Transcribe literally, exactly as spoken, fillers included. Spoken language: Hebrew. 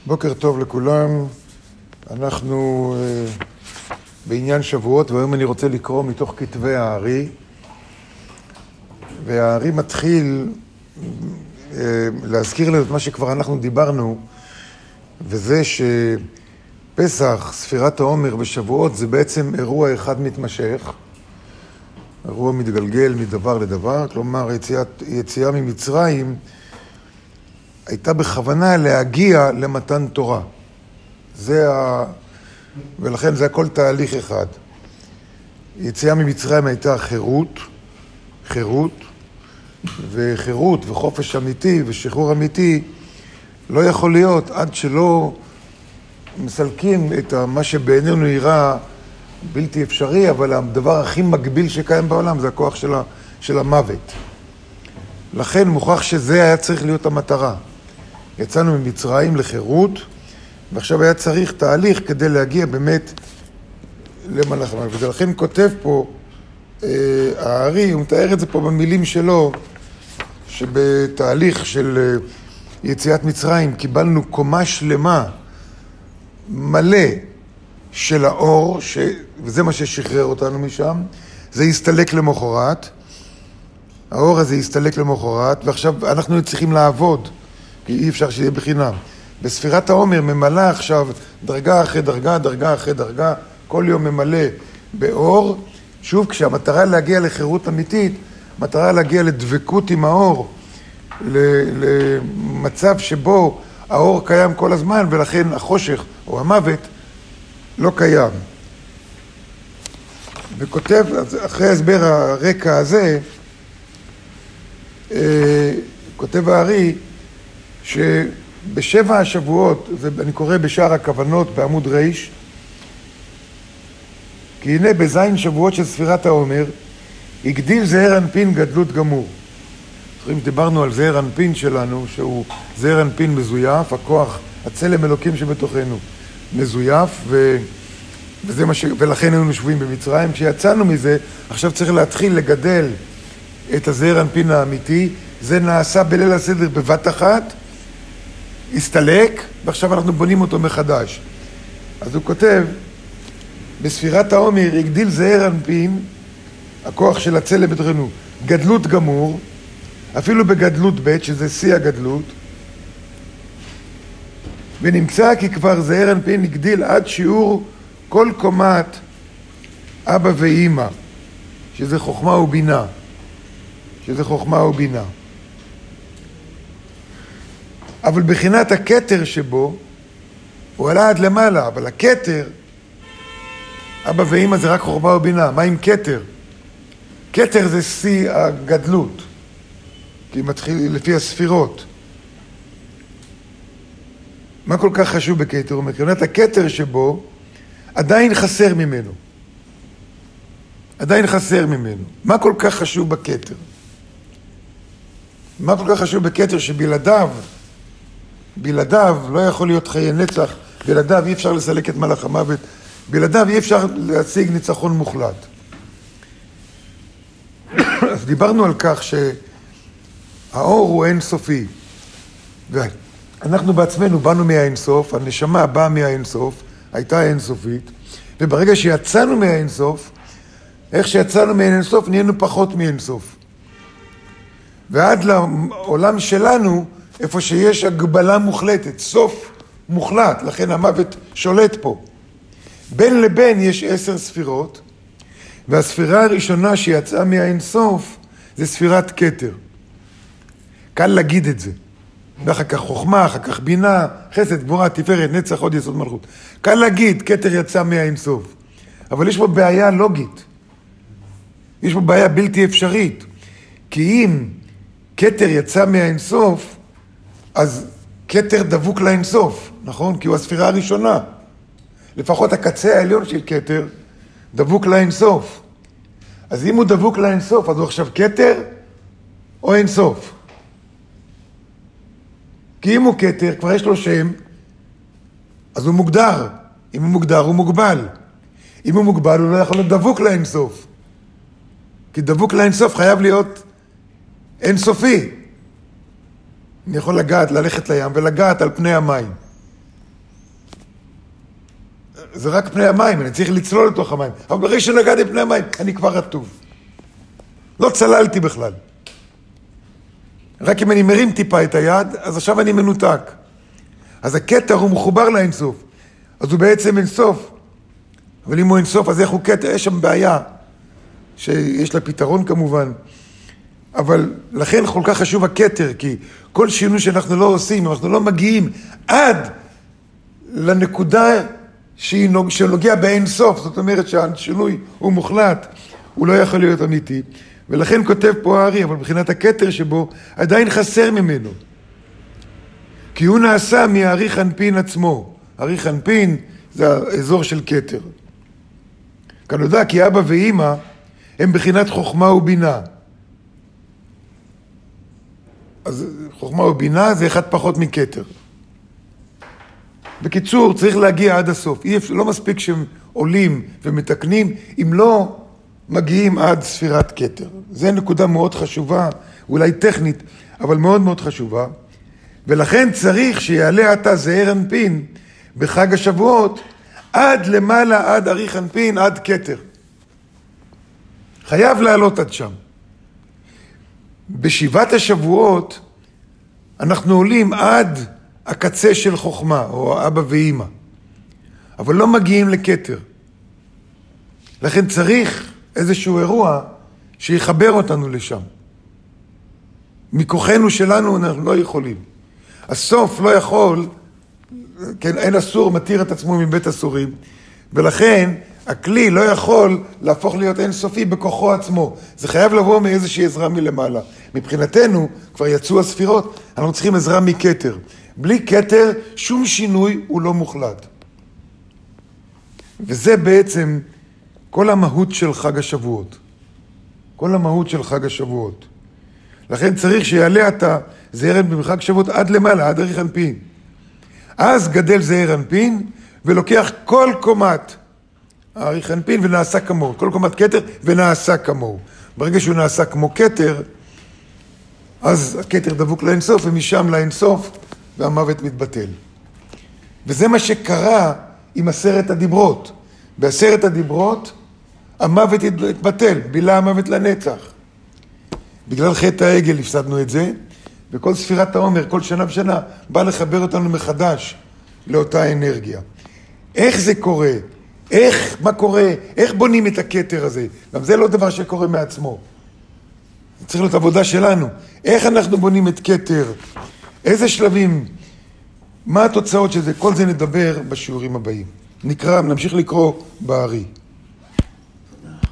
בוקר טוב לכולם. אנחנו uh, בעניין שבועות, והיום אני רוצה לקרוא מתוך כתבי הארי. והארי מתחיל uh, להזכיר לנו את מה שכבר אנחנו דיברנו, וזה שפסח, ספירת העומר ושבועות זה בעצם אירוע אחד מתמשך, אירוע מתגלגל מדבר לדבר, כלומר יציאה, יציאה ממצרים הייתה בכוונה להגיע למתן תורה. זה ה... ולכן זה הכל תהליך אחד. יציאה ממצרים הייתה חירות, חירות, וחירות וחופש אמיתי ושחרור אמיתי לא יכול להיות עד שלא מסלקים את מה שבעינינו נראה בלתי אפשרי, אבל הדבר הכי מגביל שקיים בעולם זה הכוח של, ה... של המוות. לכן מוכרח שזה היה צריך להיות המטרה. יצאנו ממצרים לחירות, ועכשיו היה צריך תהליך כדי להגיע באמת למלאך המוות. ולכן כותב פה אה, הארי, הוא מתאר את זה פה במילים שלו, שבתהליך של אה, יציאת מצרים קיבלנו קומה שלמה, מלא של האור, ש... וזה מה ששחרר אותנו משם. זה הסתלק למחרת, האור הזה הסתלק למחרת, ועכשיו אנחנו צריכים לעבוד, כי אי אפשר שיהיה בחינם. בספירת העומר ממלא עכשיו דרגה אחרי דרגה, דרגה אחרי דרגה, כל יום ממלא באור. שוב, כשהמטרה להגיע לחירות אמיתית, מטרה להגיע לדבקות עם האור, למצב שבו האור קיים כל הזמן, ולכן החושך או המוות לא קיים. וכותב, אחרי הסבר הרקע הזה, כותב הארי, שבשבע השבועות, ואני קורא בשער הכוונות בעמוד ריש, כי הנה בזין שבועות של ספירת העומר, הגדיל זעיר אנפין גדלות גמור. זוכרים, דיברנו על זעיר אנפין שלנו, שהוא זעיר אנפין מזויף, הכוח, הצלם אלוקים שבתוכנו מזויף, ו... וזה מה ש... ולכן היינו שבויים במצרים. כשיצאנו מזה, עכשיו צריך להתחיל לגדל את הזעיר אנפין האמיתי. זה נעשה בליל הסדר בבת אחת, הסתלק, ועכשיו אנחנו בונים אותו מחדש. אז הוא כותב, בספירת העומר הגדיל זעיר אנפין, הכוח של הצלם בתוכנו, גדלות גמור, אפילו בגדלות ב' שזה שיא הגדלות, ונמצא כי כבר זעיר אנפין הגדיל עד שיעור כל קומת אבא ואמא, שזה חוכמה ובינה, שזה חוכמה ובינה. אבל בחינת הכתר שבו, הוא עלה עד למעלה, אבל הכתר, אבא ואמא זה רק חוכמה ובינה. מה עם כתר? כתר זה שיא הגדלות, כי מתחיל לפי הספירות. מה כל כך חשוב בכתר? הוא מבחינת הכתר שבו, עדיין חסר ממנו. עדיין חסר ממנו. מה כל כך חשוב בכתר? מה כל כך חשוב בכתר שבלעדיו, בלעדיו לא יכול להיות חיי נצח, בלעדיו אי אפשר לסלק את מלאך המוות, בלעדיו אי אפשר להשיג ניצחון מוחלט. אז דיברנו על כך שהאור הוא אינסופי, ואנחנו בעצמנו באנו מהאינסוף, הנשמה באה מהאינסוף, הייתה אינסופית, וברגע שיצאנו מהאינסוף, איך שיצאנו מהאינסוף נהיינו פחות מאינסוף. ועד לעולם שלנו, איפה שיש הגבלה מוחלטת, סוף מוחלט, לכן המוות שולט פה. בין לבין יש עשר ספירות, והספירה הראשונה שיצאה מהאינסוף זה ספירת כתר. קל להגיד את זה. ואחר כך חוכמה, אחר כך בינה, חסד, גבורה, תפארת, נצח, עוד יסוד מלכות. קל להגיד, כתר יצא מהאינסוף. אבל יש פה בעיה לוגית. יש פה בעיה בלתי אפשרית. כי אם כתר יצא מהאינסוף, אז כתר דבוק לאינסוף, נכון? כי הוא הספירה הראשונה. לפחות הקצה העליון של כתר דבוק לאינסוף. אז אם הוא דבוק לאינסוף, אז הוא עכשיו כתר או אינסוף? כי אם הוא כתר, כבר יש לו שם, אז הוא מוגדר. אם הוא מוגדר, הוא מוגבל. אם הוא מוגבל, הוא לא יכול להיות דבוק לאינסוף. כי דבוק לאינסוף חייב להיות אינסופי. אני יכול לגעת, ללכת לים ולגעת על פני המים. זה רק פני המים, אני צריך לצלול לתוך המים. אבל ברגע שנגעתי פני המים, אני כבר רטוב. לא צללתי בכלל. רק אם אני מרים טיפה את היד, אז עכשיו אני מנותק. אז הכתר הוא מחובר לאינסוף. אז הוא בעצם אינסוף. אבל אם הוא אינסוף, אז איך הוא כתר? יש שם בעיה, שיש לה פתרון כמובן. אבל לכן כל כך חשוב הכתר, כי כל שינוי שאנחנו לא עושים, אנחנו לא מגיעים עד לנקודה שנוגע באינסוף. זאת אומרת שהשינוי הוא מוחלט, הוא לא יכול להיות אמיתי. ולכן כותב פה הארי, אבל מבחינת הכתר שבו עדיין חסר ממנו. כי הוא נעשה מהארי חנפין עצמו. הארי חנפין זה האזור של כתר. כאן יודע כי אבא ואמא הם בחינת חוכמה ובינה. אז חוכמה ובינה זה אחד פחות מכתר. בקיצור, צריך להגיע עד הסוף. אי אפשר, לא מספיק שהם עולים ומתקנים, אם לא מגיעים עד ספירת כתר. זו נקודה מאוד חשובה, אולי טכנית, אבל מאוד מאוד חשובה. ולכן צריך שיעלה עתה זעיר אנפין בחג השבועות, עד למעלה, עד ארי חנפין, עד כתר. חייב לעלות עד שם. בשבעת השבועות אנחנו עולים עד הקצה של חוכמה, או אבא ואמא. אבל לא מגיעים לכתר. לכן צריך איזשהו אירוע שיחבר אותנו לשם. מכוחנו שלנו אנחנו לא יכולים. הסוף לא יכול, כן, אין אסור מתיר את עצמו מבית אסורים, ולכן הכלי לא יכול להפוך להיות אינסופי בכוחו עצמו. זה חייב לבוא מאיזושהי עזרה מלמעלה. מבחינתנו כבר יצאו הספירות, אנחנו צריכים עזרה מכתר. בלי כתר שום שינוי הוא לא מוחלט. וזה בעצם כל המהות של חג השבועות. כל המהות של חג השבועות. לכן צריך שיעלה עתה זעיר אנפין בחג שבועות עד למעלה, עד ארי חנפין. אז גדל זעיר אנפין ולוקח כל קומת ארי חנפין ונעשה כמוהו. כל קומת כתר ונעשה כמוהו. ברגע שהוא נעשה כמו כתר, אז הכתר דבוק לאינסוף ומשם לאינסוף והמוות מתבטל. וזה מה שקרה עם עשרת הדיברות. בעשרת הדיברות המוות התבטל, בילה המוות לנצח. בגלל חטא העגל הפסדנו את זה, וכל ספירת העומר, כל שנה ושנה, בא לחבר אותנו מחדש לאותה אנרגיה. איך זה קורה? איך, מה קורה? איך בונים את הכתר הזה? גם זה לא דבר שקורה מעצמו. זה צריך להיות עבודה שלנו. איך אנחנו בונים את כתר? איזה שלבים? מה התוצאות של זה? כל זה נדבר בשיעורים הבאים. נקרא, נמשיך לקרוא בארי.